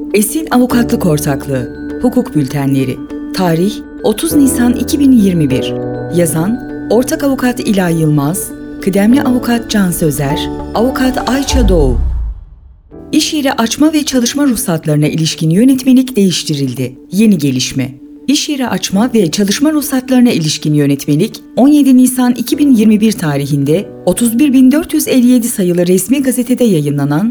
Esin Avukatlık Ortaklığı Hukuk Bültenleri Tarih 30 Nisan 2021 Yazan Ortak Avukat İlay Yılmaz, Kıdemli Avukat Can Sözer, Avukat Ayça Doğu. İş yeri açma ve çalışma ruhsatlarına ilişkin yönetmelik değiştirildi. Yeni gelişme. İş yeri açma ve çalışma ruhsatlarına ilişkin yönetmelik 17 Nisan 2021 tarihinde 31.457 sayılı resmi gazetede yayınlanan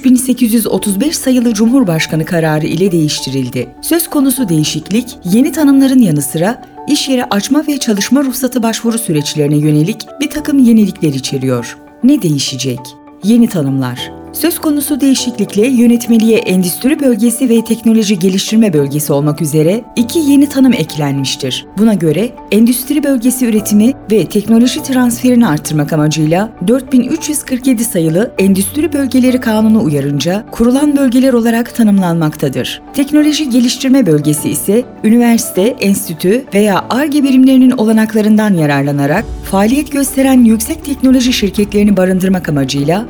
3835 sayılı Cumhurbaşkanı kararı ile değiştirildi. Söz konusu değişiklik, yeni tanımların yanı sıra iş yeri açma ve çalışma ruhsatı başvuru süreçlerine yönelik bir takım yenilikler içeriyor. Ne değişecek? Yeni tanımlar. Söz konusu değişiklikle yönetmeliğe endüstri bölgesi ve teknoloji geliştirme bölgesi olmak üzere 2 yeni tanım eklenmiştir. Buna göre endüstri bölgesi üretimi ve teknoloji transferini artırmak amacıyla 4347 sayılı Endüstri Bölgeleri Kanunu uyarınca kurulan bölgeler olarak tanımlanmaktadır. Teknoloji geliştirme bölgesi ise üniversite, enstitü veya Ar-Ge birimlerinin olanaklarından yararlanarak faaliyet gösteren yüksek teknoloji şirketlerini barındırmak amacıyla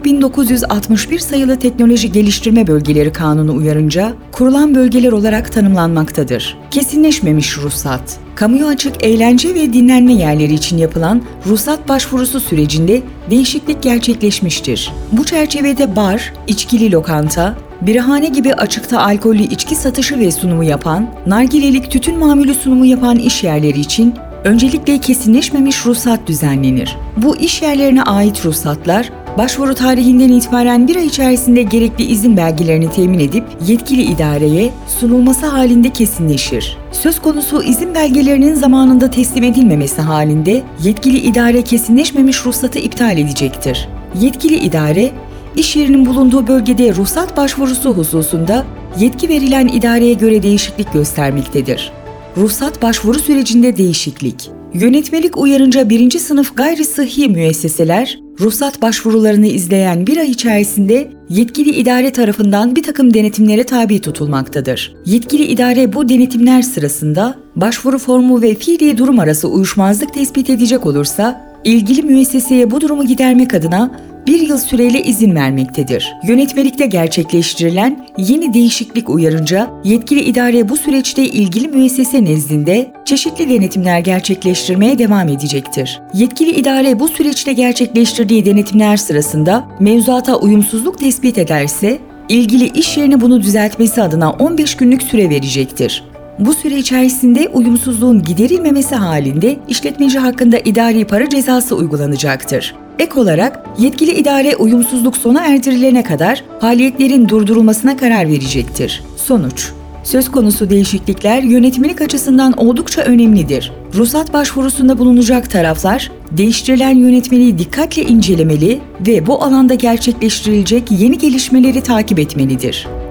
4961 sayılı Teknoloji Geliştirme Bölgeleri Kanunu uyarınca kurulan bölgeler olarak tanımlanmaktadır. Kesinleşmemiş ruhsat. Kamuya açık eğlence ve dinlenme yerleri için yapılan ruhsat başvurusu sürecinde değişiklik gerçekleşmiştir. Bu çerçevede bar, içkili lokanta, birahane gibi açıkta alkollü içki satışı ve sunumu yapan, nargilelik tütün mamulü sunumu yapan iş yerleri için öncelikle kesinleşmemiş ruhsat düzenlenir. Bu iş yerlerine ait ruhsatlar, başvuru tarihinden itibaren bir ay içerisinde gerekli izin belgelerini temin edip yetkili idareye sunulması halinde kesinleşir. Söz konusu izin belgelerinin zamanında teslim edilmemesi halinde yetkili idare kesinleşmemiş ruhsatı iptal edecektir. Yetkili idare, iş yerinin bulunduğu bölgede ruhsat başvurusu hususunda yetki verilen idareye göre değişiklik göstermektedir. Ruhsat başvuru sürecinde değişiklik. Yönetmelik uyarınca 1. sınıf gayri sıhhi müesseseler, ruhsat başvurularını izleyen bir ay içerisinde yetkili idare tarafından bir takım denetimlere tabi tutulmaktadır. Yetkili idare bu denetimler sırasında başvuru formu ve fiili durum arası uyuşmazlık tespit edecek olursa, ilgili müesseseye bu durumu gidermek adına 1 yıl süreyle izin vermektedir. Yönetmelikte gerçekleştirilen yeni değişiklik uyarınca yetkili idare bu süreçte ilgili müessese nezdinde çeşitli denetimler gerçekleştirmeye devam edecektir. Yetkili idare bu süreçte gerçekleştirdiği denetimler sırasında mevzuata uyumsuzluk tespit ederse, ilgili iş yerine bunu düzeltmesi adına 15 günlük süre verecektir. Bu süre içerisinde uyumsuzluğun giderilmemesi halinde işletmeci hakkında idari para cezası uygulanacaktır. Ek olarak yetkili idare uyumsuzluk sona erdirilene kadar faaliyetlerin durdurulmasına karar verecektir. Sonuç: söz konusu değişiklikler yönetmelik açısından oldukça önemlidir. Ruhsat başvurusunda bulunacak taraflar, değiştirilen yönetmeliği dikkatle incelemeli ve bu alanda gerçekleştirilecek yeni gelişmeleri takip etmelidir.